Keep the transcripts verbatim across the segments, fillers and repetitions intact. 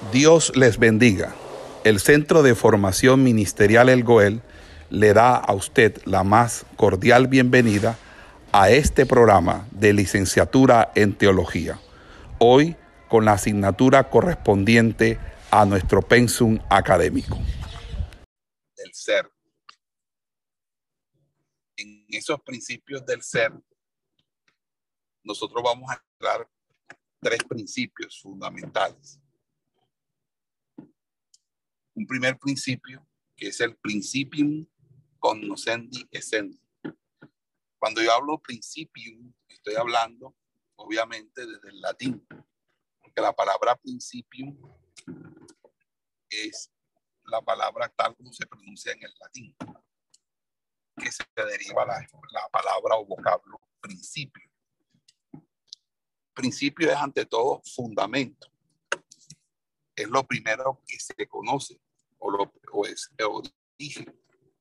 Dios les bendiga. El Centro de Formación Ministerial El Goel le da a usted la más cordial bienvenida a este programa de licenciatura en teología. Hoy con la asignatura correspondiente a nuestro pensum académico. Del ser. En esos principios del ser, nosotros vamos a encontrar tres principios fundamentales. Un primer principio, que es el principium cognoscendi essendi. Cuando yo hablo principium, estoy hablando obviamente desde el latín, porque la palabra principium es la palabra tal como se pronuncia en el latín, que se deriva la, la palabra o vocablo principio. Principio es ante todo fundamento. Es lo primero que se conoce o, lo, o es el origen.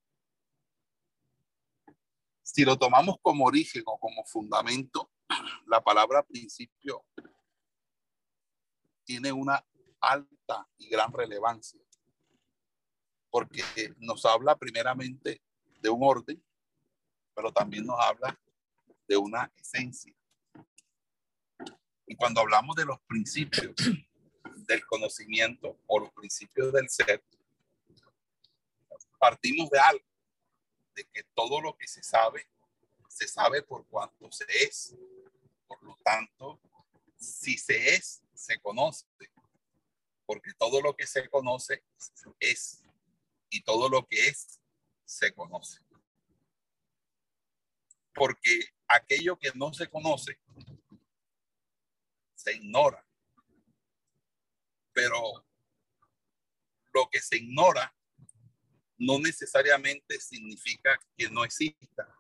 Si lo tomamos como origen o como fundamento, la palabra principio tiene una alta y gran relevancia, porque nos habla primeramente de un orden, pero también nos habla de una esencia. Y cuando hablamos de los principios del conocimiento o los principios del ser, partimos de algo, de que todo lo que se sabe, se sabe por cuanto se es. Por lo tanto, si se es, se conoce, porque todo lo que se conoce es, y todo lo que es, se conoce. Porque aquello que no se conoce, se ignora. Pero lo que se ignora no necesariamente significa que no exista.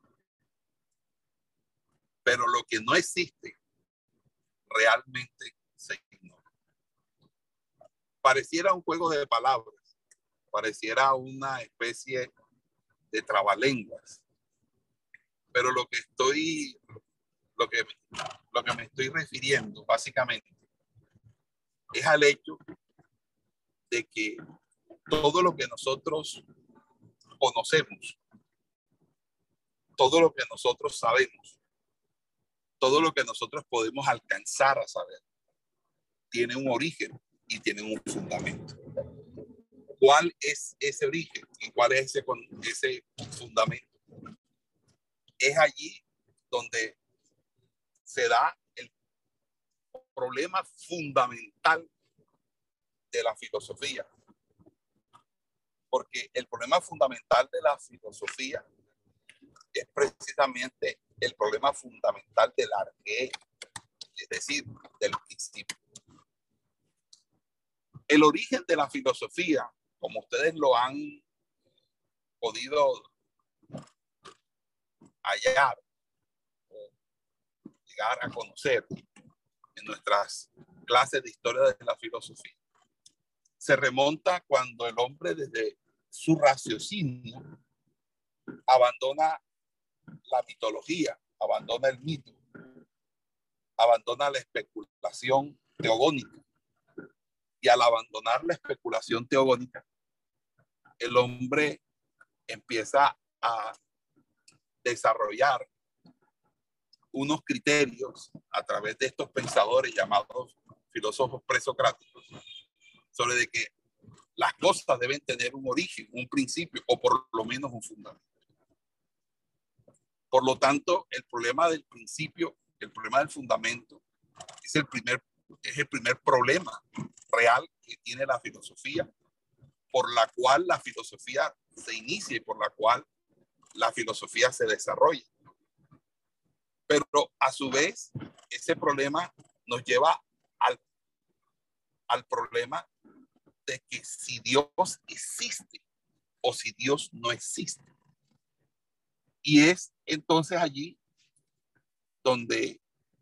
Pero lo que no existe realmente se ignora. Pareciera un juego de palabras, pareciera una especie de trabalenguas, pero lo que estoy, lo que, lo que me estoy refiriendo básicamente es al hecho de que todo lo que nosotros conocemos, todo lo que nosotros sabemos, todo lo que nosotros podemos alcanzar a saber, tiene un origen y tiene un fundamento. ¿Cuál es ese origen y cuál es ese, ese fundamento? Es allí donde se da el problema fundamental de la filosofía. Porque el problema fundamental de la filosofía es precisamente el problema fundamental del arqué, es decir, del principio. El origen de la filosofía, como ustedes lo han podido hallar o llegar a conocer en nuestras clases de historia de la filosofía, se remonta cuando el hombre desde su raciocinio abandona la mitología, abandona el mito, abandona la especulación teogónica. Y al abandonar la especulación teogónica, el hombre empieza a desarrollar unos criterios a través de estos pensadores llamados filósofos presocráticos sobre de que las cosas deben tener un origen, un principio o por lo menos un fundamento. Por lo tanto, el problema del principio, el problema del fundamento es el primer, es el primer problema real que tiene la filosofía, por la cual la filosofía se inicia y por la cual la filosofía se desarrolla. Pero a su vez, ese problema nos lleva al, al problema de que si Dios existe o si Dios no existe. Y es entonces allí donde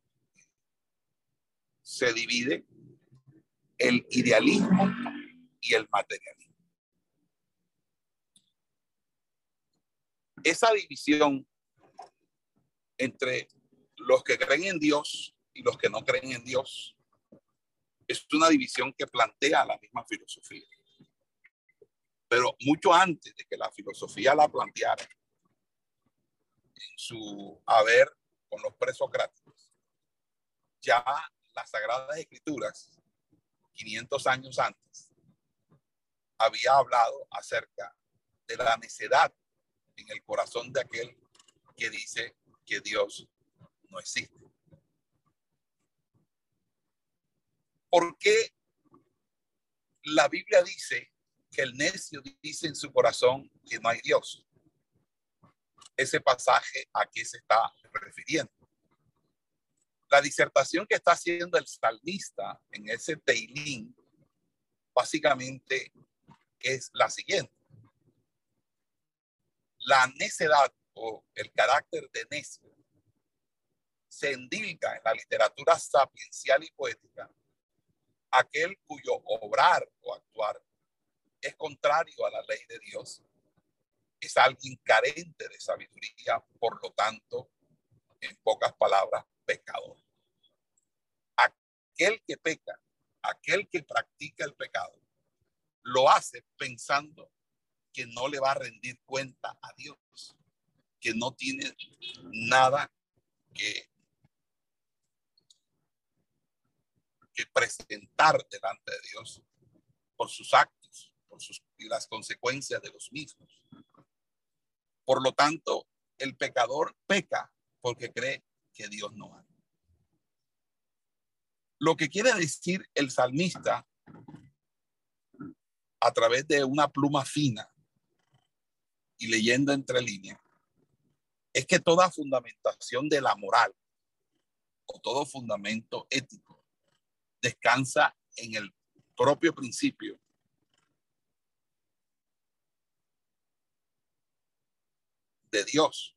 se divide el idealismo y el materialismo. Esa división entre los que creen en Dios y los que no creen en Dios Es una división que plantea la misma filosofía. Pero mucho antes de que la filosofía la planteara en su haber con los presocráticos, ya las Sagradas Escrituras, quinientos años antes, había hablado acerca de la necedad en el corazón de aquel que dice que Dios no existe. ¿Por qué la Biblia dice que el necio dice en su corazón que no hay Dios? Ese pasaje, ¿a qué se está refiriendo? La disertación que está haciendo el salmista en ese teilín básicamente es la siguiente. La necedad o el carácter de necio se endilga en la literatura sapiencial y poética aquel cuyo obrar o actuar es contrario a la ley de Dios. Es alguien carente de sabiduría, por lo tanto, en pocas palabras, pecador. Aquel que peca, aquel que practica el pecado, lo hace pensando que no le va a rendir cuenta a Dios, que no tiene nada que, que presentar delante de Dios por sus actos, por sus, y las consecuencias de los mismos. Por lo tanto, el pecador peca porque cree que Dios no ama. Lo que quiere decir el salmista a través de una pluma fina y leyendo entre líneas es que toda fundamentación de la moral o todo fundamento ético descansa en el propio principio de Dios.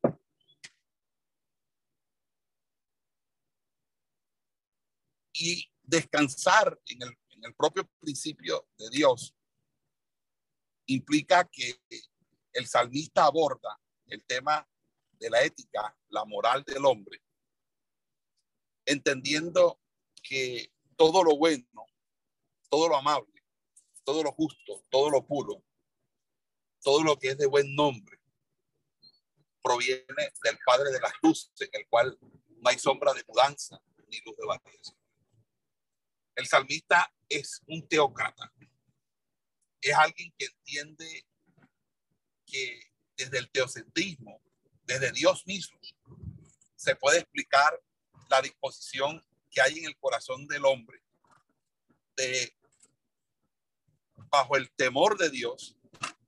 Y descansar en el, en el propio principio de Dios implica que el salmista aborda el tema de la ética, la moral del hombre, entendiendo que todo lo bueno, todo lo amable, todo lo justo, todo lo puro, todo lo que es de buen nombre, proviene del Padre de las luces, en el cual no hay sombra de mudanza ni luz de variación. El salmista es un teócrata, es alguien que entiende que desde el teocentrismo, desde Dios mismo, se puede explicar la disposición que hay en el corazón del hombre de, bajo el temor de Dios,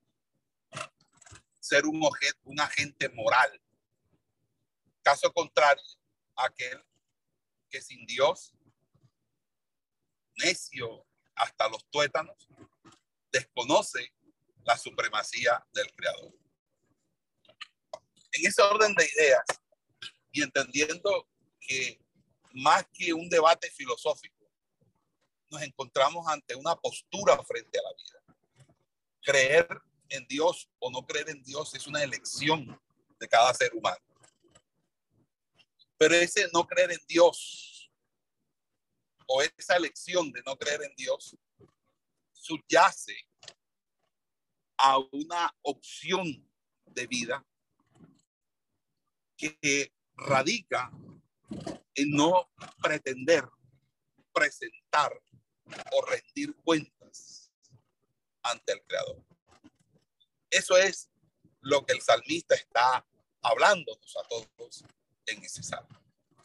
ser un, objeto, un agente moral. Caso contrario, aquel que sin Dios, necio hasta los tuétanos, desconoce la supremacía del Creador. En ese orden de ideas, y entendiendo que más que un debate filosófico, nos encontramos ante una postura frente a la vida. Creer en Dios o no creer en Dios es una elección de cada ser humano. Pero ese no creer en Dios o esa elección de no creer en Dios subyace a una opción de vida que radica en no pretender presentar o rendir cuentas ante el Creador. Eso es lo que el salmista está hablándonos a todos en ese salmo.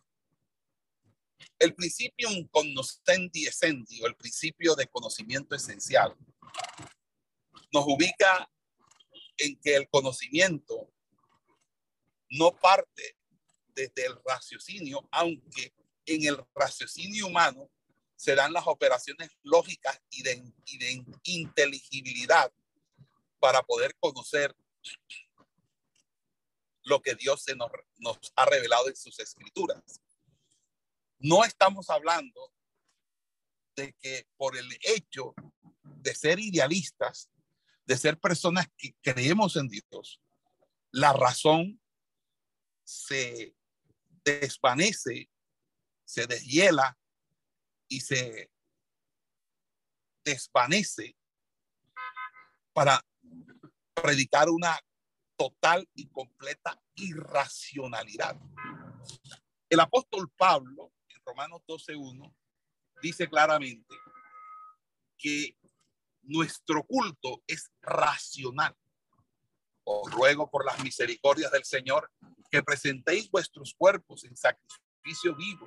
El principio cognoscendi essendi, o el principio de conocimiento esencial, nos ubica en que el conocimiento no parte desde el raciocinio, aunque en el raciocinio humano se dan las operaciones lógicas y de, y de inteligibilidad para poder conocer lo que Dios se nos, nos ha revelado en sus escrituras. No estamos hablando de que por el hecho de ser idealistas, de ser personas que creemos en Dios, la razón se desvanece, se deshiela y se desvanece para predicar una total y completa irracionalidad. El apóstol Pablo, en Romanos doce uno, dice claramente que nuestro culto es racional. Os ruego por las misericordias del Señor que presentéis vuestros cuerpos en sacrificio vivo.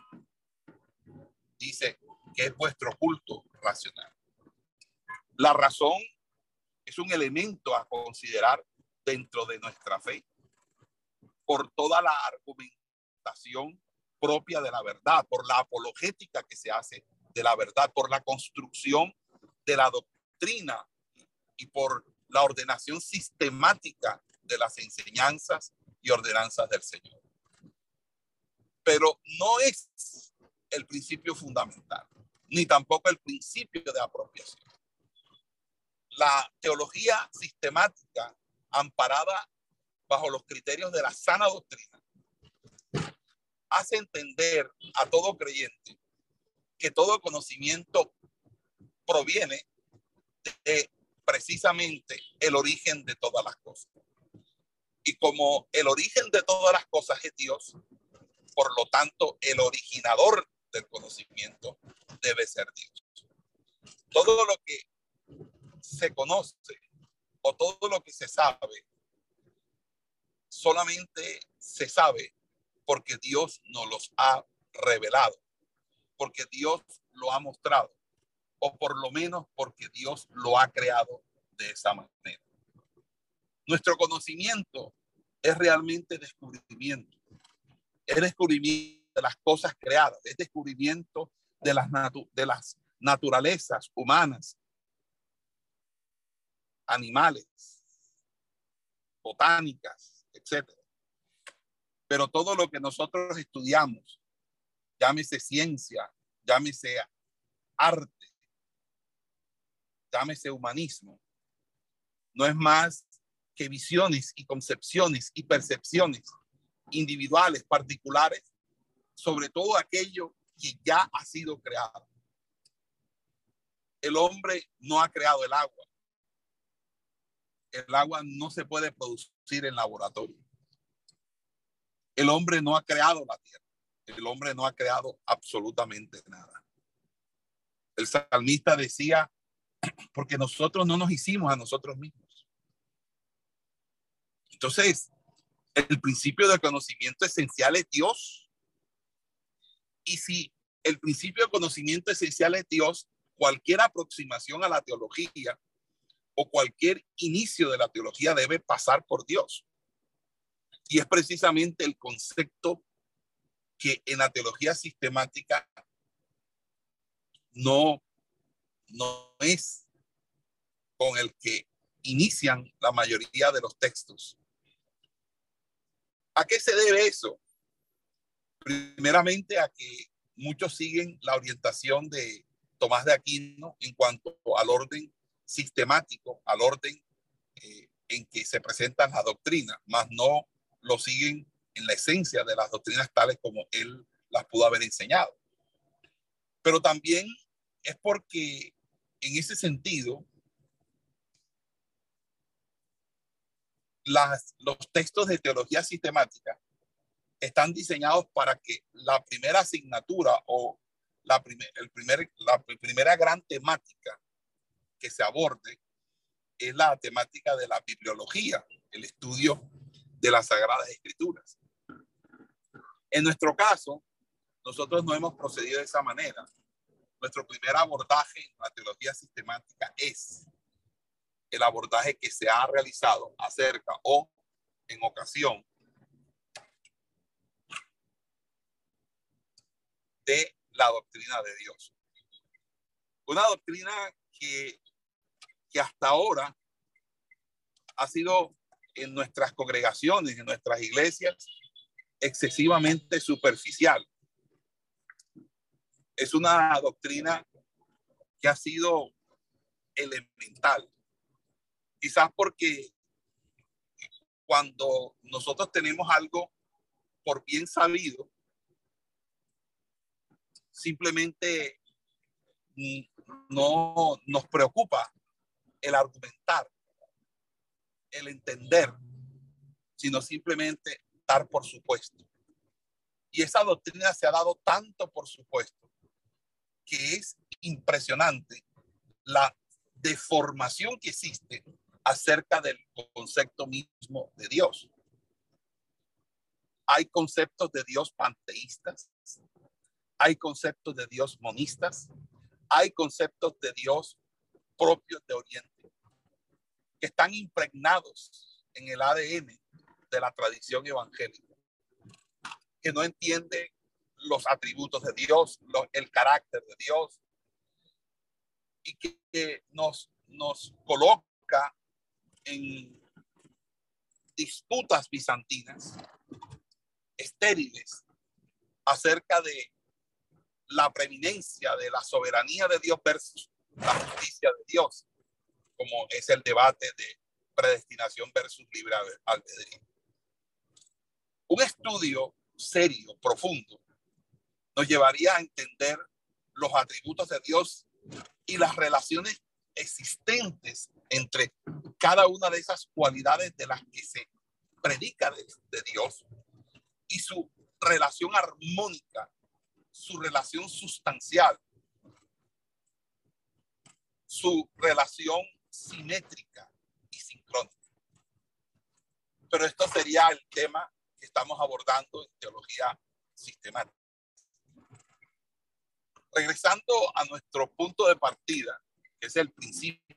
Dice que es vuestro culto racional. La razón es un elemento a considerar dentro de nuestra fe por toda la argumentación propia de la verdad, por la apologética que se hace de la verdad, por la construcción de la doctrina y por la ordenación sistemática de las enseñanzas y ordenanzas del Señor. Pero no es el principio fundamental, ni tampoco el principio de apropiación. La teología sistemática, amparada bajo los criterios de la sana doctrina, hace entender a todo creyente que todo conocimiento proviene de precisamente el origen de todas las cosas. Y como el origen de todas las cosas es Dios, por lo tanto, el originador del conocimiento debe ser Dios. Todo lo que se conoce o todo lo que se sabe solamente se sabe porque Dios nos los ha revelado, porque Dios lo ha mostrado, o por lo menos porque Dios lo ha creado de esa manera. Nuestro conocimiento es realmente descubrimiento, es descubrimiento de las cosas creadas, es descubrimiento de las, natu- de las naturalezas humanas, animales, botánicas, etcétera. Pero todo lo que nosotros estudiamos, llámese ciencia, llámese arte, llámese humanismo, no es más que visiones y concepciones y percepciones individuales, particulares, sobre todo aquello que ya ha sido creado. El hombre no ha creado el agua. El agua no se puede producir en laboratorio. El hombre no ha creado la tierra. El hombre no ha creado absolutamente nada. El salmista decía, porque nosotros no nos hicimos a nosotros mismos. Entonces, el principio del conocimiento esencial es Dios. Y si el principio de conocimiento esencial es Dios, cualquier aproximación a la teología o cualquier inicio de la teología debe pasar por Dios. Y es precisamente el concepto que en la teología sistemática no, no es con el que inician la mayoría de los textos. ¿A qué se debe eso? Primeramente a que muchos siguen la orientación de Tomás de Aquino en cuanto al orden sistemático, al orden eh, en que se presentan las doctrinas, más no lo siguen en la esencia de las doctrinas tales como él las pudo haber enseñado. Pero también es porque en ese sentido las, los textos de teología sistemática están diseñados para que la primera asignatura o la, primer, el primer, la primera gran temática que se aborde es la temática de la bibliología, el estudio de las Sagradas Escrituras. En nuestro caso, nosotros no hemos procedido de esa manera. Nuestro primer abordaje en la teología sistemática es el abordaje que se ha realizado acerca o en ocasión de la doctrina de Dios. Una doctrina que, que hasta ahora ha sido en nuestras congregaciones, en nuestras iglesias, excesivamente superficial. Es una doctrina que ha sido elemental. Quizás porque cuando nosotros tenemos algo por bien sabido, simplemente no nos preocupa el argumentar, el entender, sino simplemente dar por supuesto. Y esa doctrina se ha dado tanto por supuesto que es impresionante la deformación que existe acerca del concepto mismo de Dios. Hay conceptos de Dios panteístas, hay conceptos de Dios monistas, hay conceptos de Dios propios de Oriente que están impregnados en el A D N de la tradición evangélica, que no entiende los atributos de Dios, los, el carácter de Dios, y que, que nos, nos coloca en disputas bizantinas estériles acerca de la preeminencia de la soberanía de Dios versus la justicia de Dios, como es el debate de predestinación versus libre albedrío. Un estudio serio, profundo, nos llevaría a entender los atributos de Dios y las relaciones existentes entre cada una de esas cualidades de las que se predica de, de Dios y su relación armónica, su relación sustancial, su relación simétrica y sincrónica. Pero esto sería el tema que estamos abordando en teología sistemática. Regresando a nuestro punto de partida, que es el principio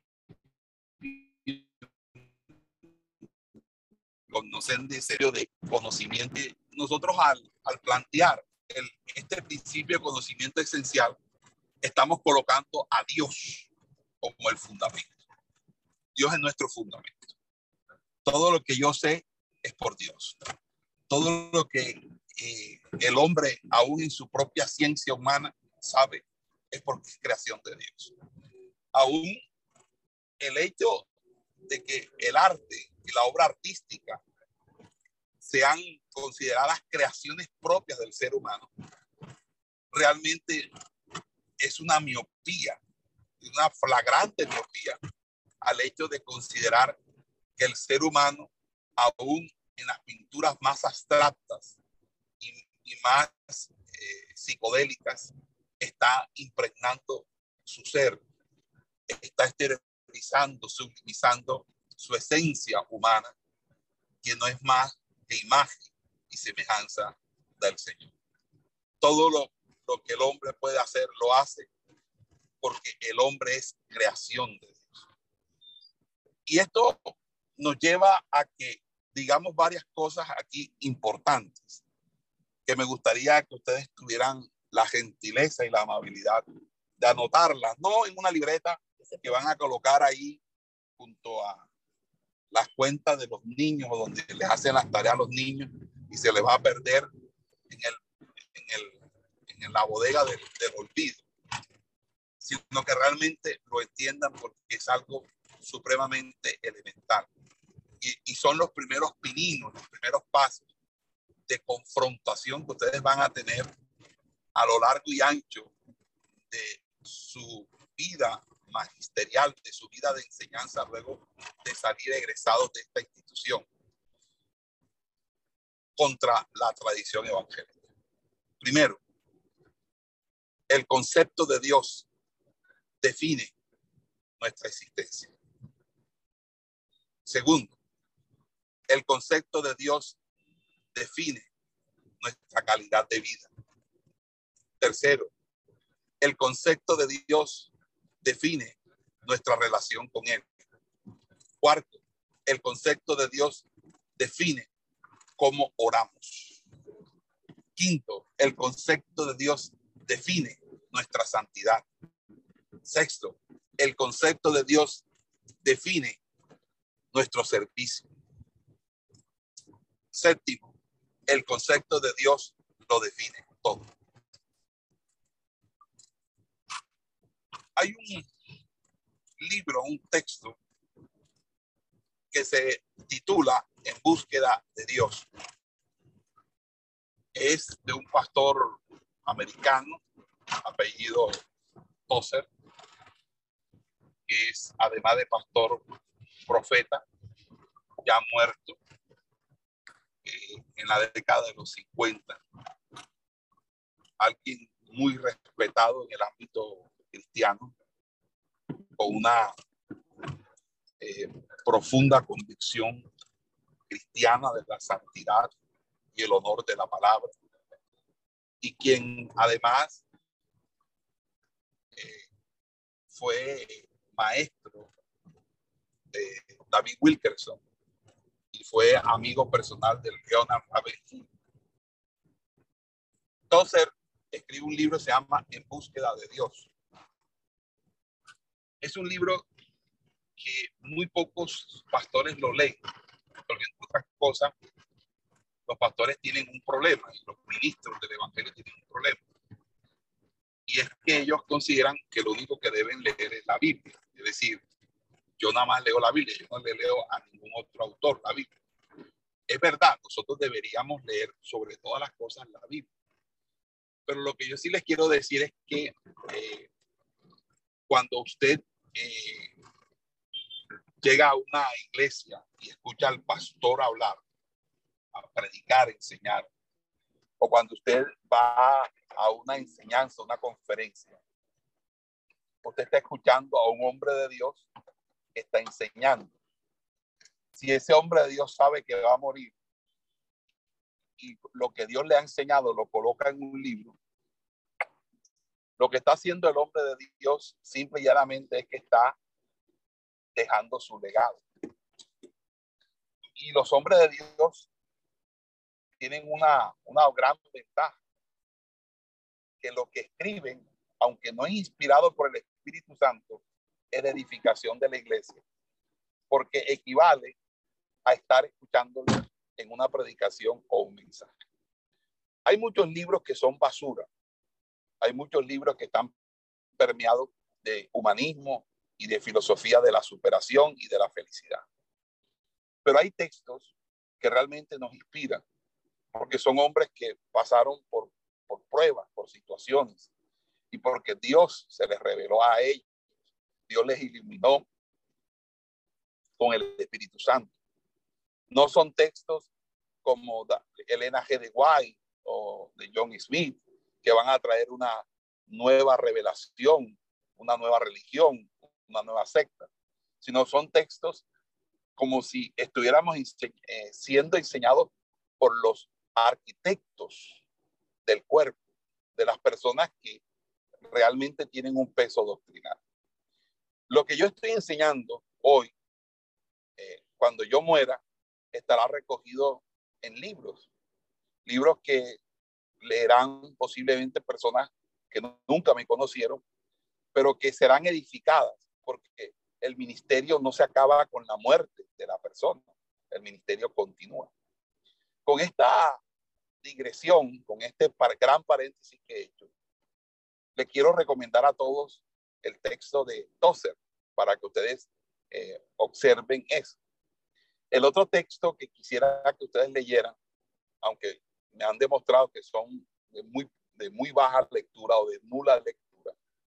conocente serio de conocimiento, nosotros al, al plantear el, este principio de conocimiento esencial, estamos colocando a Dios como el fundamento. Dios es nuestro fundamento. Todo lo que yo sé es por Dios. Todo lo que eh, el hombre, aún en su propia ciencia humana, sabe es porque es creación de Dios. Aún el hecho de que el arte y la obra artística sean consideradas creaciones propias del ser humano, realmente es una miopía, una flagrante miopía al hecho de considerar que el ser humano, aún en las pinturas más abstractas y, y más eh, psicodélicas, está impregnando su ser, está esterilizando, sublimizando su esencia humana, que no es más que imagen y semejanza del Señor. Todo lo, lo que el hombre puede hacer, lo hace porque el hombre es creación de Dios. Y esto nos lleva a que digamos varias cosas aquí importantes, que me gustaría que ustedes tuvieran la gentileza y la amabilidad de anotarlas, no en una libreta que van a colocar ahí junto a las cuentas de los niños o donde les hacen las tareas a los niños y se les va a perder en, el, en, el, en la bodega del, del olvido, sino que realmente lo entiendan porque es algo supremamente elemental. Y, y son los primeros pininos, los primeros pasos de confrontación que ustedes van a tener a lo largo y ancho de su vida magisterial, de su vida de enseñanza, luego de salir egresados de esta institución contra la tradición evangélica. Primero, el concepto de Dios define nuestra existencia. Segundo, el concepto de Dios define nuestra calidad de vida. Tercero, el concepto de Dios define nuestra relación con Él. Cuarto, el concepto de Dios define cómo oramos. Quinto, el concepto de Dios define nuestra santidad. Sexto, el concepto de Dios define nuestro servicio. Séptimo, el concepto de Dios lo define todo. Hay un libro, un texto que se titula En búsqueda de Dios. Es de un pastor americano, apellido Tozer, que es, además de pastor, profeta, ya muerto eh, en la década de los cincuenta. Alguien muy respetado en el ámbito cristiano, con una eh, profunda convicción cristiana de la santidad y el honor de la palabra, y quien además eh, fue maestro de David Wilkerson y fue amigo personal del Leonard Ravenhill. Tozer escribe un libro que se llama En búsqueda de Dios. Es un libro que muy pocos pastores lo leen, porque en otras cosas los pastores tienen un problema y los ministros del evangelio tienen un problema. Y es que ellos consideran que lo único que deben leer es la Biblia. Es decir, yo nada más leo la Biblia, yo no le leo a ningún otro autor la Biblia. Es verdad, nosotros deberíamos leer sobre todas las cosas la Biblia. Pero lo que yo sí les quiero decir es que eh, cuando usted eh, llega a una iglesia y escucha al pastor hablar, a predicar, enseñar, o cuando usted va a una enseñanza, una conferencia, usted está escuchando a un hombre de Dios que está enseñando. Si ese hombre de Dios sabe que va a morir y lo que Dios le ha enseñado lo coloca en un libro, lo que está haciendo el hombre de Dios simple y llanamente es que está dejando su legado. Y los hombres de Dios tienen una, una gran ventaja, que lo que escriben, aunque no es inspirado por el Espíritu Santo, es de edificación de la iglesia, porque equivale a estar escuchándolo en una predicación o un mensaje. Hay muchos libros que son basura, hay muchos libros que están permeados de humanismo y de filosofía de la superación y de la felicidad. Pero hay textos que realmente nos inspiran, porque son hombres que pasaron por, por pruebas, por situaciones, y porque Dios se les reveló a ellos, Dios les iluminó con el Espíritu Santo. No son textos como Elena G. de White o de John Smith, que van a traer una nueva revelación, una nueva religión, una nueva secta, sino son textos como si estuviéramos eh, siendo enseñados por los arquitectos del cuerpo, de las personas que realmente tienen un peso doctrinal. Lo que yo estoy enseñando hoy, eh, cuando yo muera, estará recogido en libros, libros que leerán posiblemente personas que no, nunca me conocieron, pero que serán edificadas, porque el ministerio no se acaba con la muerte de la persona, el ministerio continúa. Con esta digresión, con este gran paréntesis que he hecho, le quiero recomendar a todos el texto de Tozer para que ustedes eh, observen eso. El otro texto que quisiera que ustedes leyeran, aunque me han demostrado que son de muy, de muy baja lectura o de nula lectura,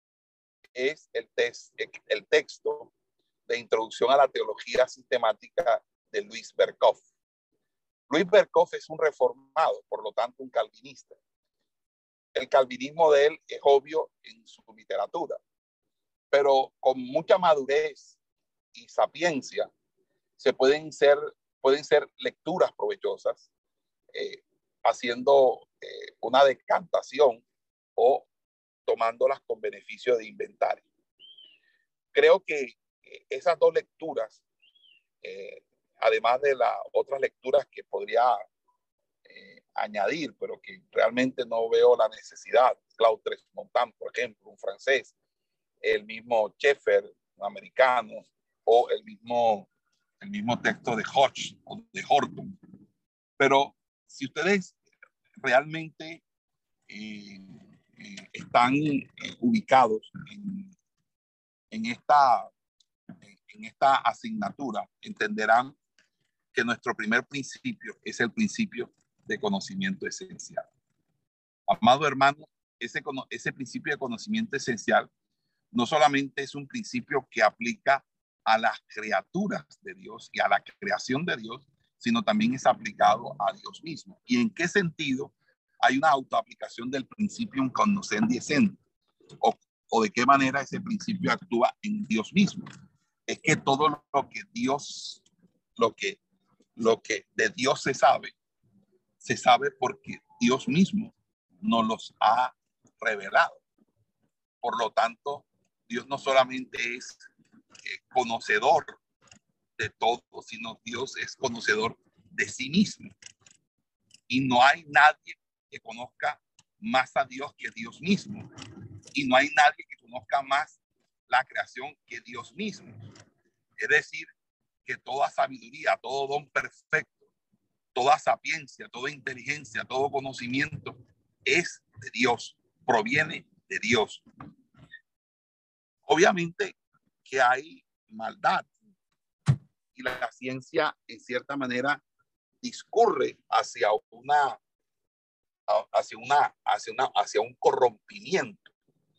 es el, text, el texto de Introducción a la Teología Sistemática de Louis Berkhof. Louis Berkhof es un reformado, por lo tanto un calvinista. El calvinismo de él es obvio en su literatura, pero con mucha madurez y sapiencia se pueden ser, pueden ser lecturas provechosas, eh, haciendo eh, una decantación o tomándolas con beneficio de inventario. Creo que eh, esas dos lecturas, eh, además de las otras lecturas que podría eh, añadir, pero que realmente no veo la necesidad, Claude Tresmontant, por ejemplo, un francés, el mismo Schaeffer, un americano, o el mismo, el mismo texto de Hodge o de Horton. Pero si ustedes realmente eh, eh, están eh, ubicados en, en, esta, en esta asignatura, entenderán que nuestro primer principio es el principio de conocimiento esencial. Amado hermano, ese, ese principio de conocimiento esencial no solamente es un principio que aplica a las criaturas de Dios y a la creación de Dios, sino también es aplicado a Dios mismo. ¿Y en qué sentido hay una autoaplicación del principio cognoscendi essent? O, o de qué manera ese principio actúa en Dios mismo. Es que todo lo que Dios, lo que, lo que de Dios se sabe, se sabe porque Dios mismo nos los ha revelado. Por lo tanto, Dios no solamente es eh, conocedor de todo, sino Dios es conocedor de sí mismo. Y no hay nadie que conozca más a Dios que Dios mismo. Y no hay nadie que conozca más la creación que Dios mismo. Es decir, que toda sabiduría, todo don perfecto, toda sapiencia, toda inteligencia, todo conocimiento es de Dios, proviene de Dios. Obviamente que hay maldad y la ciencia en cierta manera discurre hacia una hacia una hacia una hacia un corrompimiento.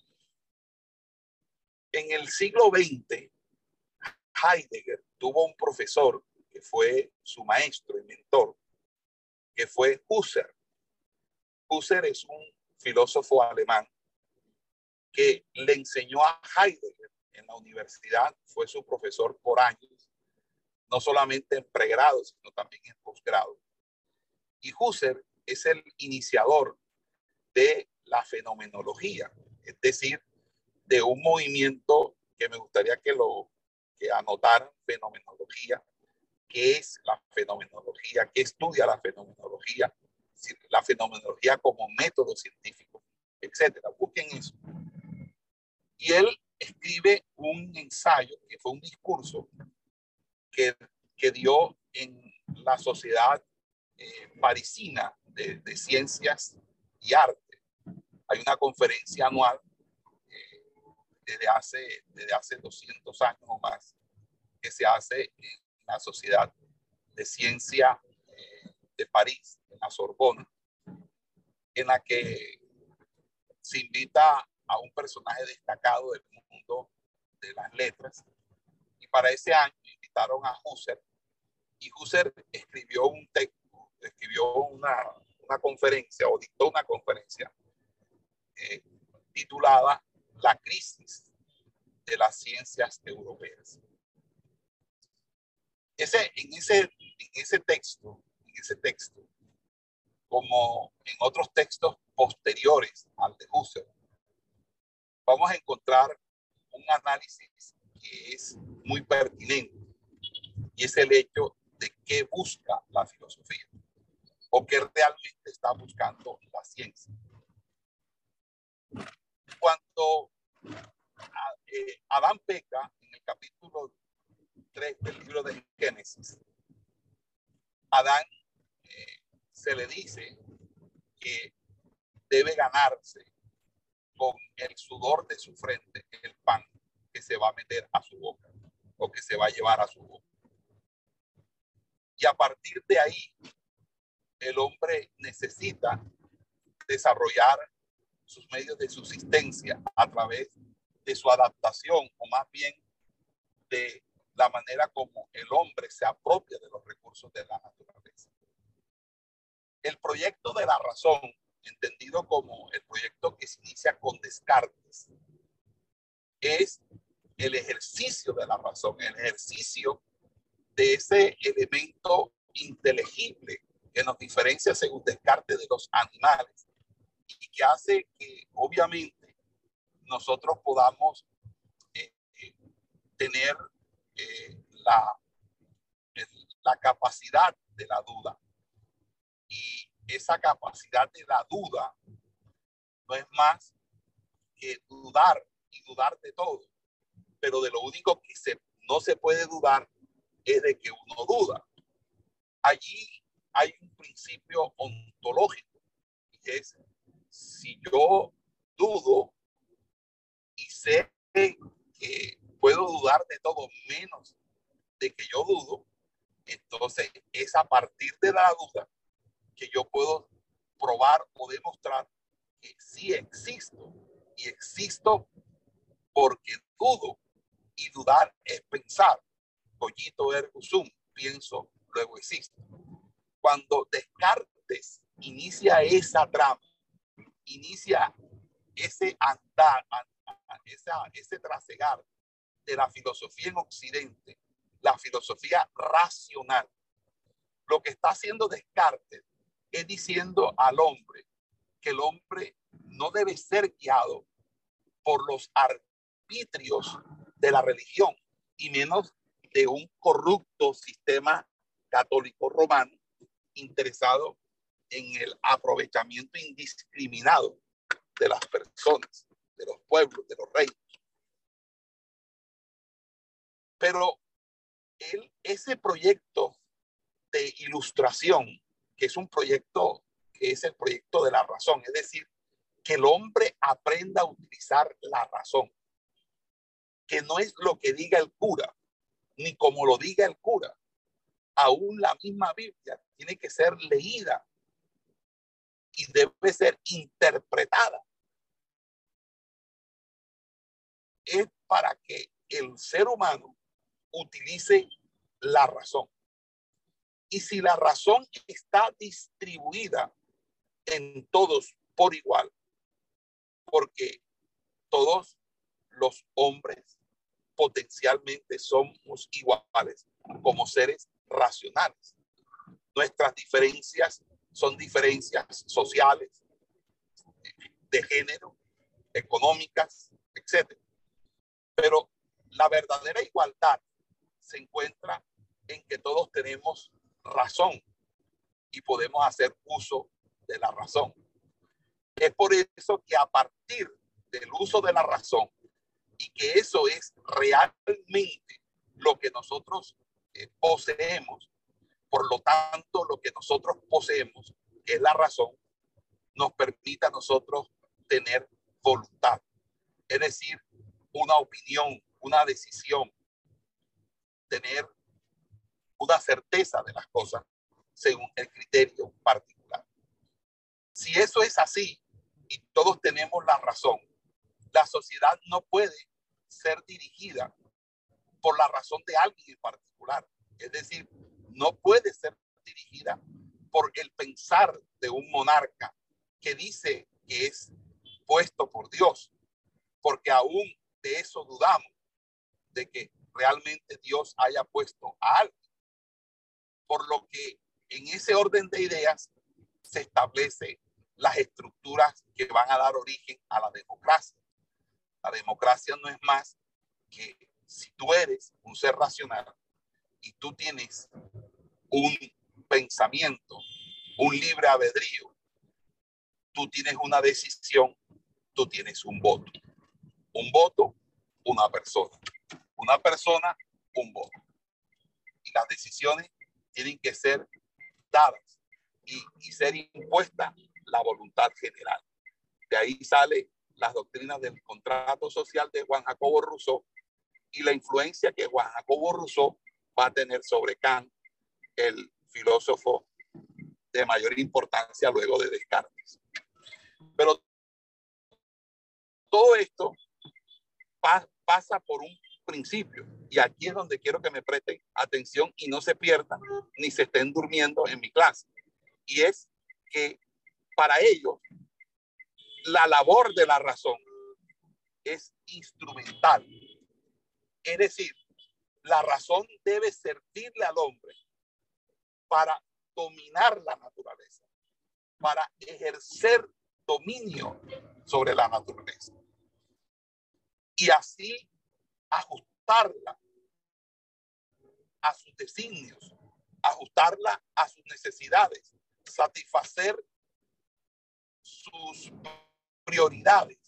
En el siglo veinte, Heidegger tuvo un profesor que fue su maestro y mentor, que fue Husserl. Husserl es un filósofo alemán que le enseñó a Heidegger en la universidad, fue su profesor por años, no solamente en pregrado, sino también en posgrado. Y Husserl es el iniciador de la fenomenología, es decir, de un movimiento que me gustaría que lo que anotaran, fenomenología. ¿Qué es la fenomenología? ¿Qué estudia la fenomenología? La fenomenología como método científico, etcétera. Busquen eso. Y él escribe un ensayo, que fue un discurso que, que dio en la Sociedad eh, Parisina de, de Ciencias y Arte. Hay una conferencia anual eh, desde, hace, desde hace doscientos años o más que se hace en la Sociedad de Ciencia eh, de París, en la Sorbona, en la que se invita a un personaje destacado del mundo de las letras. Y para ese año invitaron a Husserl, y Husserl escribió un texto, escribió una, una conferencia o dictó una conferencia eh, titulada La crisis de las ciencias europeas. Ese, en, ese, en ese texto, en ese texto, como en otros textos posteriores al de Husserl, vamos a encontrar un análisis que es muy pertinente, y es el hecho de qué busca la filosofía o qué realmente está buscando la ciencia. Cuando eh, Adán peca en el capítulo tres del libro de Génesis, Adán eh, se le dice que debe ganarse con el sudor de su frente el pan que se va a meter a su boca o que se va a llevar a su boca. Y a partir de ahí, el hombre necesita desarrollar sus medios de subsistencia a través de su adaptación, o más bien de la manera como el hombre se apropia de los recursos de la naturaleza. El proyecto de la razón, entendido como el proyecto que se inicia con Descartes, es el ejercicio de la razón, el ejercicio de ese elemento inteligible que nos diferencia, según Descartes, de los animales, y que hace que obviamente nosotros podamos eh, eh, tener eh, la, la capacidad de la duda. Y esa capacidad de la duda no es más que dudar, y dudar de todo, pero de lo único que se, no se puede dudar es de que uno duda. Allí hay un principio ontológico, y es: si yo dudo y sé que puedo dudar de todo menos de que yo dudo, entonces es a partir de la duda que yo puedo probar o demostrar que sí existo, y existo porque dudo, y dudar es pensar. Cogito ergo sum, pienso, luego existo. Cuando Descartes inicia esa trama, inicia ese andar, esa, ese trasegar de la filosofía en Occidente, la filosofía racional, lo que está haciendo Descartes es diciendo al hombre que el hombre no debe ser guiado por los arbitrios de la religión y menos de un corrupto sistema católico romano interesado en el aprovechamiento indiscriminado de las personas, de los pueblos, de los reinos. Pero él, ese proyecto de ilustración, que es un proyecto que es el proyecto de la razón, es decir, que el hombre aprenda a utilizar la razón, que no es lo que diga el cura, ni como lo diga el cura. Aún la misma Biblia tiene que ser leída y debe ser interpretada. Es para que el ser humano utilice la razón. Y si la razón está distribuida en todos por igual, porque todos los hombres potencialmente somos iguales como seres racionales. Nuestras diferencias son diferencias sociales, de género, económicas, etcétera. Pero la verdadera igualdad se encuentra en que todos tenemos razón y podemos hacer uso de la razón. Es por eso que a partir del uso de la razón, y que eso es realmente lo que nosotros eh, poseemos, por lo tanto lo que nosotros poseemos, que es la razón, nos permite a nosotros tener voluntad, es decir, una opinión, una decisión, tener una certeza de las cosas según el criterio particular. Si eso es así y todos tenemos la razón, la sociedad no puede ser dirigida por la razón de alguien en particular. Es decir, no puede ser dirigida por el pensar de un monarca que dice que es puesto por Dios, porque aún de eso dudamos, de que realmente Dios haya puesto a alguien. Por lo que en ese orden de ideas se establece las estructuras que van a dar origen a la democracia. La democracia no es más que si tú eres un ser racional y tú tienes un pensamiento, un libre albedrío, tú tienes una decisión, tú tienes un voto. Un voto, una persona. Una persona, un voto. Y las decisiones tienen que ser dadas y, y ser impuesta la voluntad general. De ahí sale las doctrinas del contrato social de Juan Jacobo Rousseau y la influencia que Juan Jacobo Rousseau va a tener sobre Kant, el filósofo de mayor importancia luego de Descartes. Pero todo esto pa pasa por un principio, y aquí es donde quiero que me presten atención y no se pierdan ni se estén durmiendo en mi clase, y es que para ellos la labor de la razón es instrumental. Es decir, la razón debe servirle al hombre para dominar la naturaleza, para ejercer dominio sobre la naturaleza y así ajustarla a sus designios, ajustarla a sus necesidades, satisfacer sus prioridades.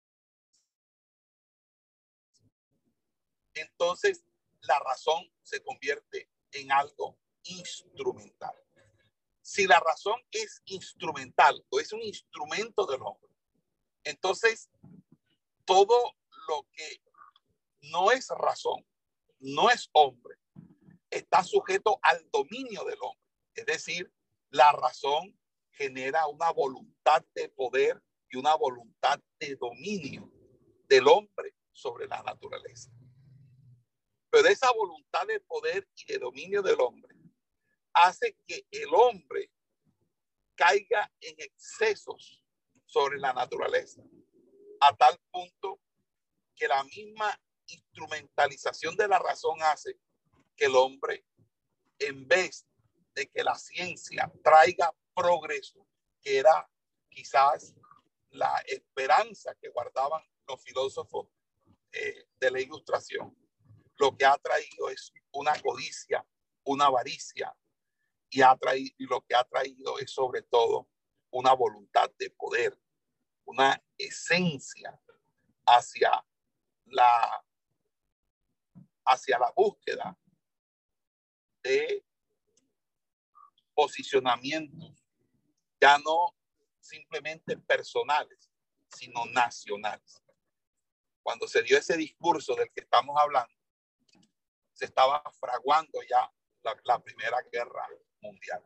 Entonces, la razón se convierte en algo instrumental. Si la razón es instrumental o es un instrumento del hombre, entonces todo lo que no es razón, no es hombre, está sujeto al dominio del hombre. Es decir, la razón genera una voluntad de poder y una voluntad de dominio del hombre sobre la naturaleza. Pero esa voluntad de poder y de dominio del hombre hace que el hombre caiga en excesos sobre la naturaleza, a tal punto que la misma instrumentalización de la razón hace que el hombre, en vez de que la ciencia traiga progreso, que era quizás la esperanza que guardaban los filósofos eh, de la Ilustración, lo que ha traído es una codicia, una avaricia, y, ha traído, y lo que ha traído es sobre todo una voluntad de poder, una esencia hacia la, hacia la búsqueda de posicionamientos, ya no simplemente personales, sino nacionales. Cuando se dio ese discurso del que estamos hablando, se estaba fraguando ya la, la Primera Guerra Mundial.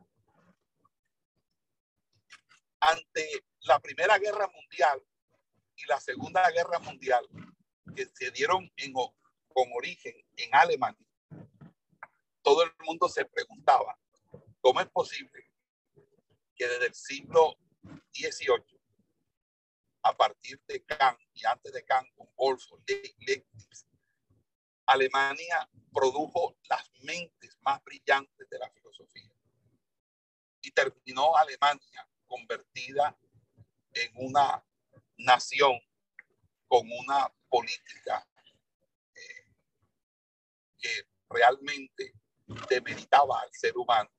Ante la Primera Guerra Mundial y la Segunda Guerra Mundial, que se dieron en, con origen en Alemania, todo el mundo se preguntaba, ¿cómo es posible que desde el siglo dieciocho, a partir de Kant y antes de Kant con Wolfgang Leibniz, Alemania produjo las mentes más brillantes de la filosofía y terminó Alemania convertida en una nación con una política eh, que realmente demeritaba al ser humano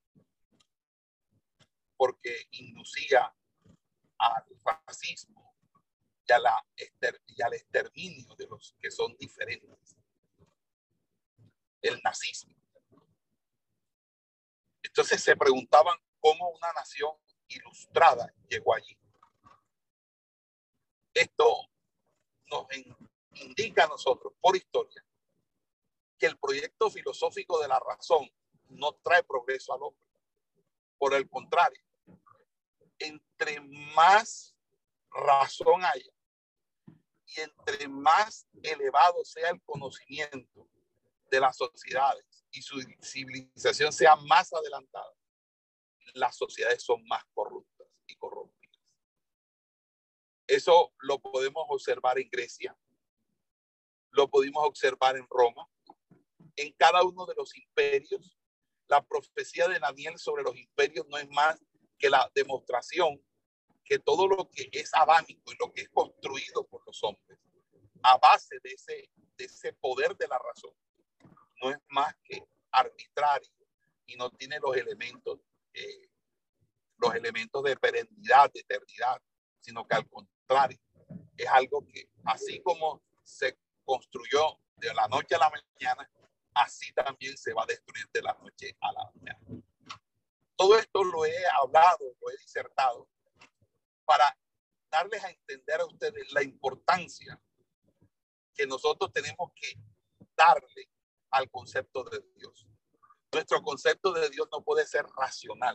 porque inducía al racismo y, a la exter y al exterminio de los que son diferentes. El nazismo. Entonces se preguntaban cómo una nación ilustrada llegó allí. Esto nos indica a nosotros, por historia, que el proyecto filosófico de la razón no trae progreso al hombre. Por el contrario, entre más razón haya y entre más elevado sea el conocimiento de las sociedades y su civilización sea más adelantada, las sociedades son más corruptas y corrompidas. Eso lo podemos observar en Grecia, lo pudimos observar en Roma, en cada uno de los imperios. La profecía de Daniel sobre los imperios no es más que la demostración que todo lo que es adámico y lo que es construido por los hombres a base de ese, de ese poder de la razón no es más que arbitrario y no tiene los elementos eh, los elementos de perennidad, de eternidad, sino que al contrario es algo que así como se construyó de la noche a la mañana, así también se va a destruir de la noche a la mañana. Todo esto lo he hablado, lo he disertado para darles a entender a ustedes la importancia que nosotros tenemos que darle al concepto de Dios. Nuestro concepto de Dios no puede ser racional.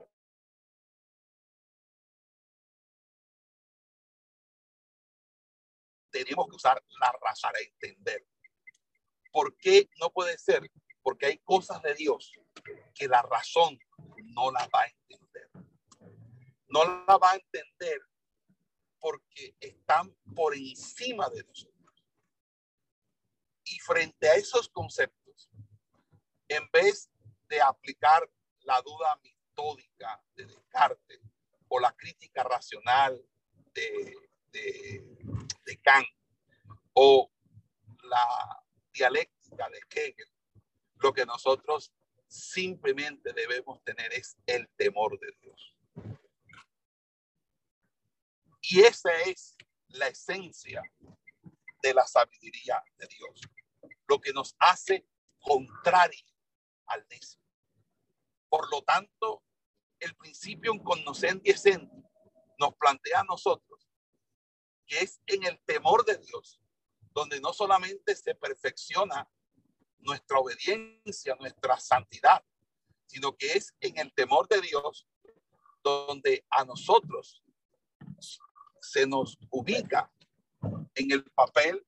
Tenemos que usar la razón para entender. ¿Por qué no puede ser? Porque hay cosas de Dios que la razón no las va a entender. No las va a entender porque están por encima de nosotros. Y frente a esos conceptos, en vez de aplicar la duda metódica de Descartes o la crítica racional de, de, de Kant o la dialéctica de Hegel, lo que nosotros simplemente debemos tener es el temor de Dios. Y esa es la esencia de la sabiduría de Dios, lo que nos hace contrario al necio. Por lo tanto, el principio cognoscendi essent nos plantea a nosotros que es en el temor de Dios donde no solamente se perfecciona nuestra obediencia, nuestra santidad, sino que es en el temor de Dios donde a nosotros se nos ubica en el papel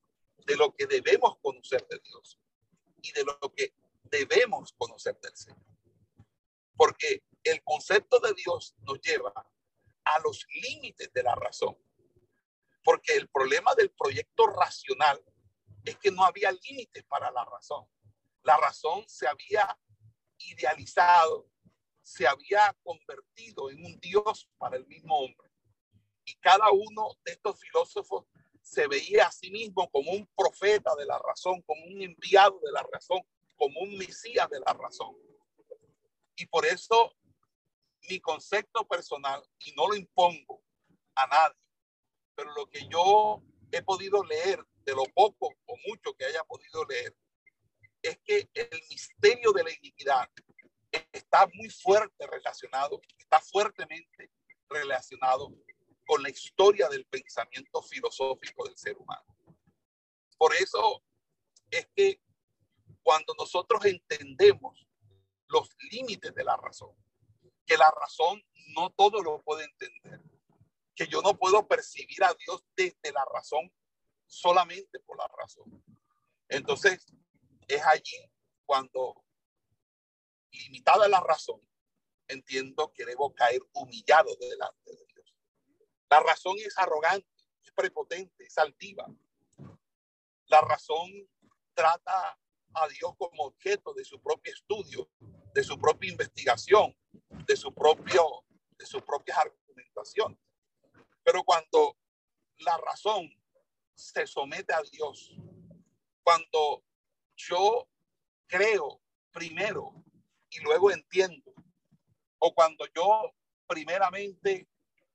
de lo que debemos conocer de Dios y de lo que debemos conocer del Señor. Porque el concepto de Dios nos lleva a los límites de la razón. Porque el problema del proyecto racional es que no había límites para la razón. La razón se había idealizado, se había convertido en un Dios para el mismo hombre. Y cada uno de estos filósofos se veía a sí mismo como un profeta de la razón, como un enviado de la razón, como un mesías de la razón. Y por eso mi concepto personal, y no lo impongo a nadie, pero lo que yo he podido leer, de lo poco o mucho que haya podido leer, es que el misterio de la iniquidad está muy fuerte relacionado, está fuertemente relacionado con la historia del pensamiento filosófico del ser humano. Por eso es que cuando nosotros entendemos los límites de la razón, que la razón no todo lo puede entender, que yo no puedo percibir a Dios desde la razón, solamente por la razón. Entonces, es allí cuando, limitada la razón, entiendo que debo caer humillado delante de Dios. La razón es arrogante, es prepotente, es altiva. La razón trata a Dios como objeto de su propio estudio, de su propia investigación, de su propio, de sus propias argumentaciones. Pero cuando la razón se somete a Dios, cuando yo creo primero y luego entiendo, o cuando yo primeramente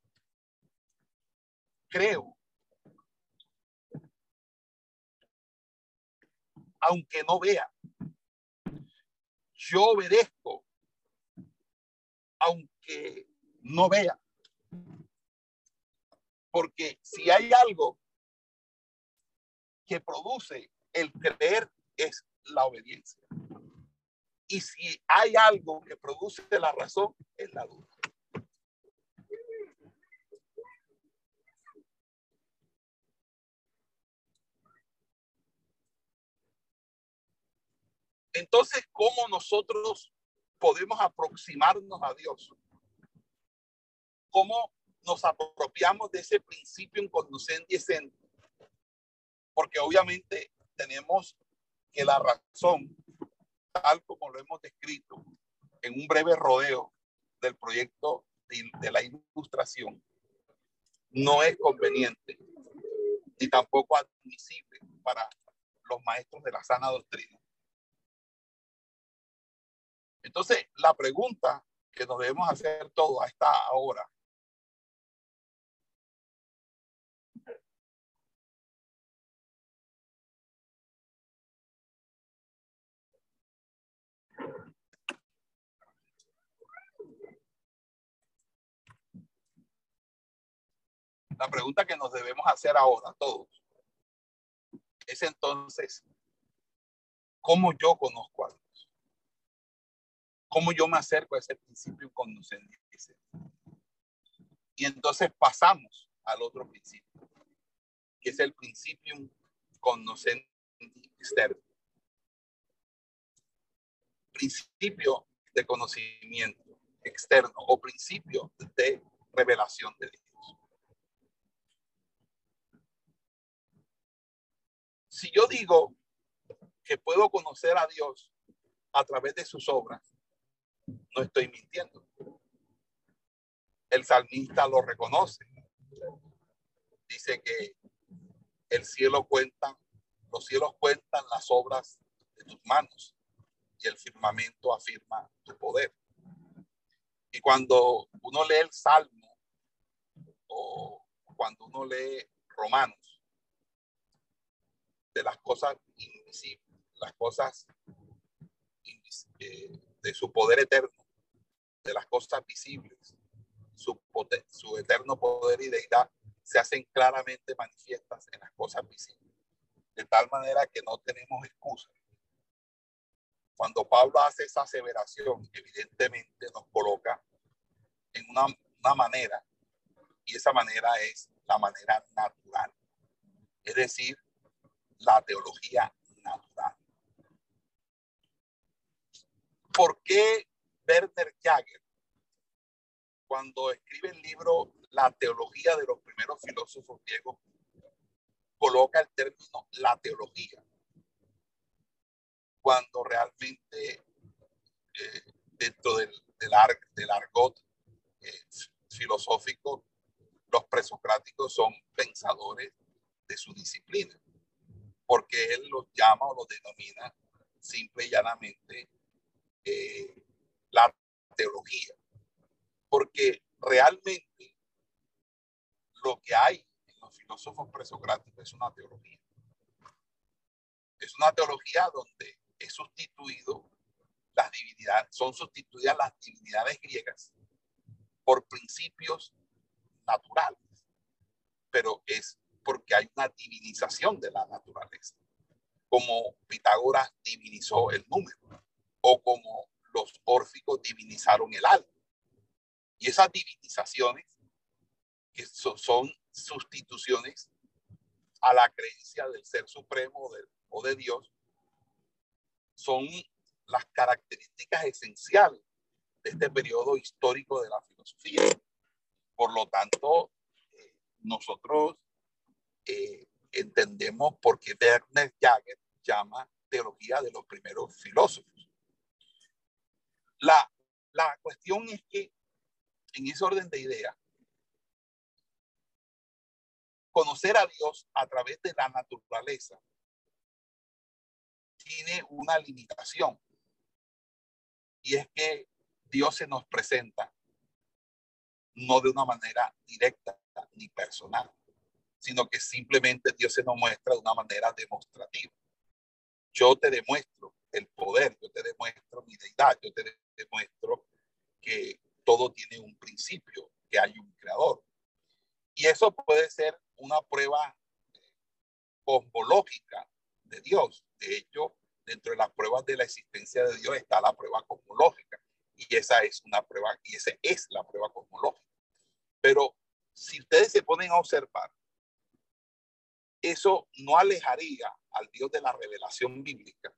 creo, aunque no vea, yo obedezco, aunque no vea. Porque si hay algo que produce el creer, es la obediencia. Y si hay algo que produce la razón, es la duda. Entonces, ¿cómo nosotros podemos aproximarnos a Dios? ¿Cómo nos apropiamos de ese principio incognoscendi essent? Porque obviamente tenemos que la razón, tal como lo hemos descrito en un breve rodeo del proyecto de, de la ilustración, no es conveniente ni tampoco admisible para los maestros de la sana doctrina. Entonces, la pregunta que nos debemos hacer todos a esta hora la pregunta que nos debemos hacer ahora todos es entonces, ¿cómo yo conozco a Dios? ¿Cómo yo me acerco a ese principio incognoscendi essent? Y entonces pasamos al otro principio, que es el principio cognoscendi externo. Principio de conocimiento externo o principio de revelación de Dios. Si yo digo que puedo conocer a Dios a través de sus obras, no estoy mintiendo. El salmista lo reconoce. Dice que el cielo cuenta, los cielos cuentan las obras de tus manos y el firmamento afirma tu poder. Y cuando uno lee el Salmo o cuando uno lee Romanos, de las cosas invisibles, las cosas invisibles, de su poder eterno, de las cosas visibles, su, poder, su eterno poder y deidad se hacen claramente manifiestas en las cosas visibles, de tal manera que no tenemos excusa. Cuando Pablo hace esa aseveración, evidentemente nos coloca en una, una manera, y esa manera es la manera natural. Es decir, la teología natural. ¿Por qué Werner Jaeger, cuando escribe el libro La teología de los primeros filósofos griegos, coloca el término la teología, cuando realmente eh, dentro del, del, ar, del argot eh, filosófico, los presocráticos son pensadores de su disciplina, porque él los llama o los denomina simple y llanamente eh, la teología, porque realmente lo que hay en los filósofos presocráticos es una teología. Es una teología donde es sustituido las divinidades, son sustituidas las divinidades griegas por principios naturales, pero es porque hay una divinización de la naturaleza, como Pitágoras divinizó el número o como los órficos divinizaron el alma. Y esas divinizaciones, que son, son sustituciones a la creencia del ser supremo o de, o de Dios, son las características esenciales de este periodo histórico de la filosofía. Por lo tanto, eh, nosotros eh, entendemos por qué Werner Jaeger llama teología de los primeros filósofos. La, la cuestión es que en ese orden de ideas, conocer a Dios a través de la naturaleza tiene una limitación, y es que Dios se nos presenta no de una manera directa ni personal, sino que simplemente Dios se nos muestra de una manera demostrativa. Yo te demuestro el poder, yo te demuestro mi deidad, yo te demuestro que todo tiene un principio, que hay un creador. Y eso puede ser una prueba cosmológica de Dios. De hecho, dentro de las pruebas de la existencia de Dios está la prueba cosmológica. Y esa es una prueba, y esa es la prueba cosmológica. Pero si ustedes se ponen a observar, eso no alejaría al Dios de la revelación bíblica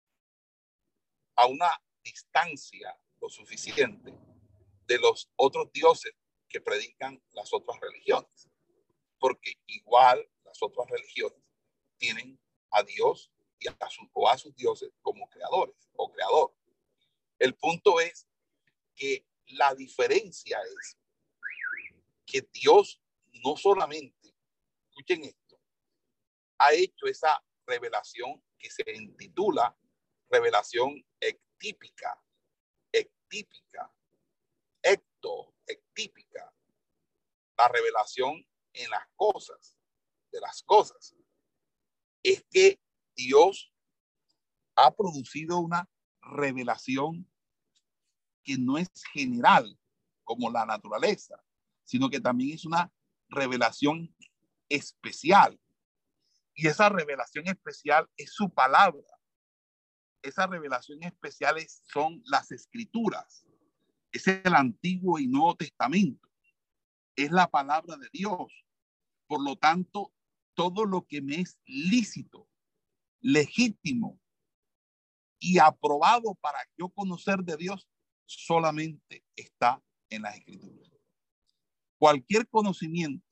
a una distancia lo suficiente de los otros dioses que predican las otras religiones, porque igual las otras religiones tienen a Dios y a sus, o a sus dioses como creadores o creador. El punto es que la diferencia es que Dios no solamente, escuchen esto, ha hecho esa revelación que se intitula revelación ectípica, ectípica, ecto, ectípica, la revelación en las cosas, de las cosas. Es que Dios ha producido una revelación que no es general como la naturaleza, sino que también es una revelación especial. Y esa revelación especial es su palabra. Esa revelación especial es, son las escrituras. Es el Antiguo y Nuevo Testamento. Es la palabra de Dios. Por lo tanto, todo lo que me es lícito, legítimo y aprobado para yo conocer de Dios solamente está en las escrituras. Cualquier conocimiento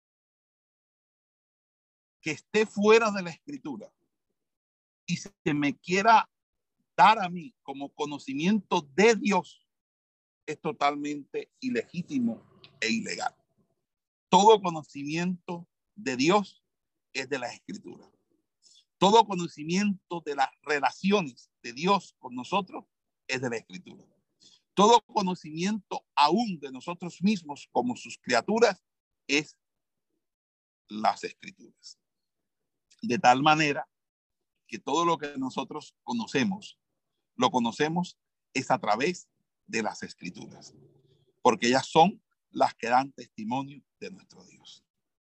que esté fuera de la escritura y se me quiera dar a mí como conocimiento de Dios es totalmente ilegítimo e ilegal. Todo conocimiento de Dios es de las escrituras. Todo conocimiento de las relaciones de Dios con nosotros es de la escritura. Todo conocimiento aún de nosotros mismos como sus criaturas es las escrituras. De tal manera que todo lo que nosotros conocemos, lo conocemos es a través de las escrituras, porque ellas son las que dan testimonio de nuestro Dios.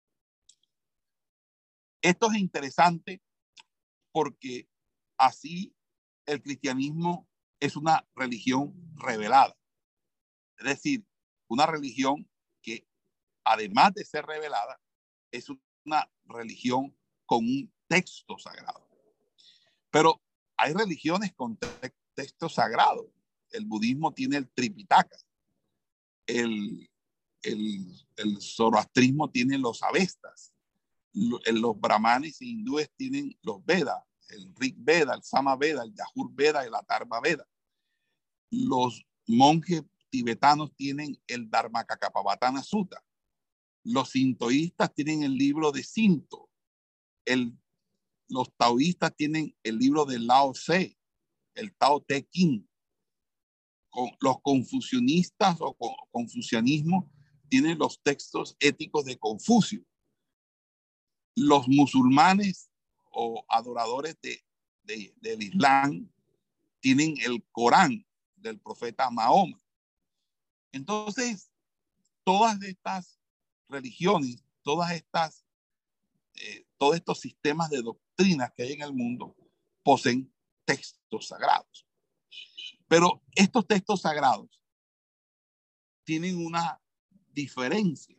Esto es interesante porque así el cristianismo es una religión revelada. Es decir, una religión que además de ser revelada, es una religión con un textos sagrados. Pero hay religiones con te- textos sagrados. El budismo tiene el Tripitaka. El, el, el zoroastrismo tiene los Avestas. Los brahmanes e hindúes tienen los Vedas, el Rig Veda, el Sama Veda, el Yajur Veda y el Atharva Veda. Los monjes tibetanos tienen el Dharmakakapavatana Sutta. Los sintoístas tienen el libro de Sinto. El, los taoístas tienen el libro de Lao Tse, el Tao Te Ching. Con, los confucianistas o con, confucianismo tienen los textos éticos de Confucio. Los musulmanes o adoradores de, de, del Islam tienen el Corán del profeta Mahoma. Entonces, todas estas religiones, todas estas, eh, todos estos sistemas de doctrinas que hay en el mundo poseen textos sagrados. Pero estos textos sagrados tienen una diferencia.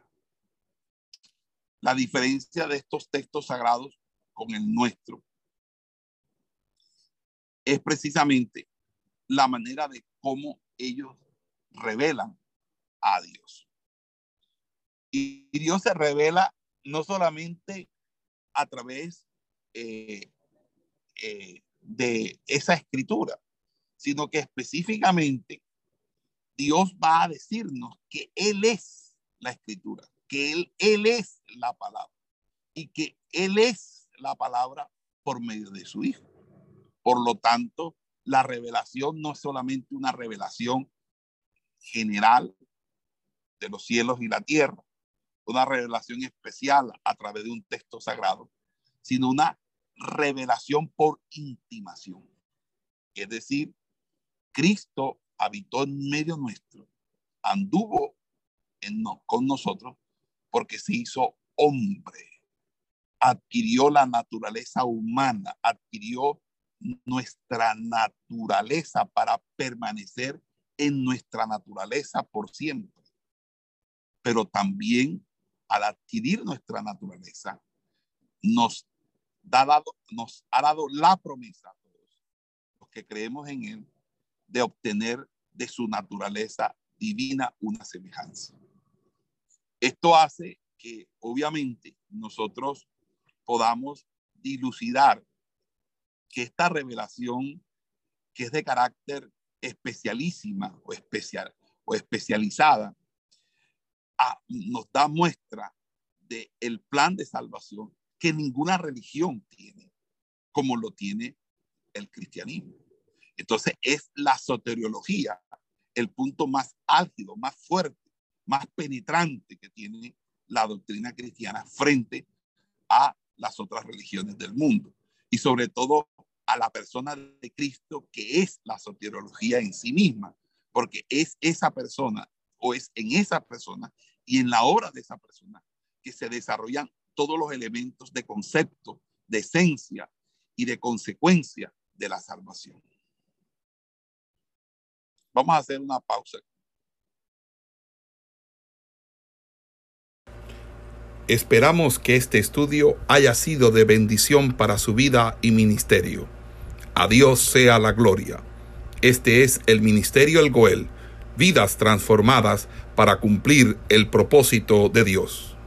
La diferencia de estos textos sagrados con el nuestro es precisamente la manera de cómo ellos revelan a Dios. Y Dios se revela no solamente a través eh, eh, de esa escritura, sino que específicamente Dios va a decirnos que Él es la escritura, que Él, Él es la palabra y que Él es la palabra por medio de su Hijo. Por lo tanto, la revelación no es solamente una revelación general de los cielos y la tierra, una revelación especial a través de un texto sagrado, sino una revelación por intimación. Es decir, Cristo habitó en medio nuestro, anduvo en no, con nosotros porque se hizo hombre, adquirió la naturaleza humana, adquirió nuestra naturaleza para permanecer en nuestra naturaleza por siempre. Pero también al adquirir nuestra naturaleza, nos, da dado, nos ha dado la promesa a todos los que creemos en Él de obtener de su naturaleza divina una semejanza. Esto hace que obviamente nosotros podamos dilucidar que esta revelación, que es de carácter especialísima o, especial, o especializada, a, nos da muestra del plan de salvación que ninguna religión tiene, como lo tiene el cristianismo. Entonces es la soteriología el punto más álgido, más fuerte, más penetrante que tiene la doctrina cristiana frente a las otras religiones del mundo. Y sobre todo a la persona de Cristo, que es la soteriología en sí misma, porque es esa persona o es en esa persona y en la obra de esa persona que se desarrollan todos los elementos de concepto, de esencia y de consecuencia de la salvación. Vamos a hacer una pausa. Esperamos que este estudio haya sido de bendición para su vida y ministerio. A Dios sea la gloria. Este es el Ministerio El Goel, vidas transformadas para cumplir el propósito de Dios.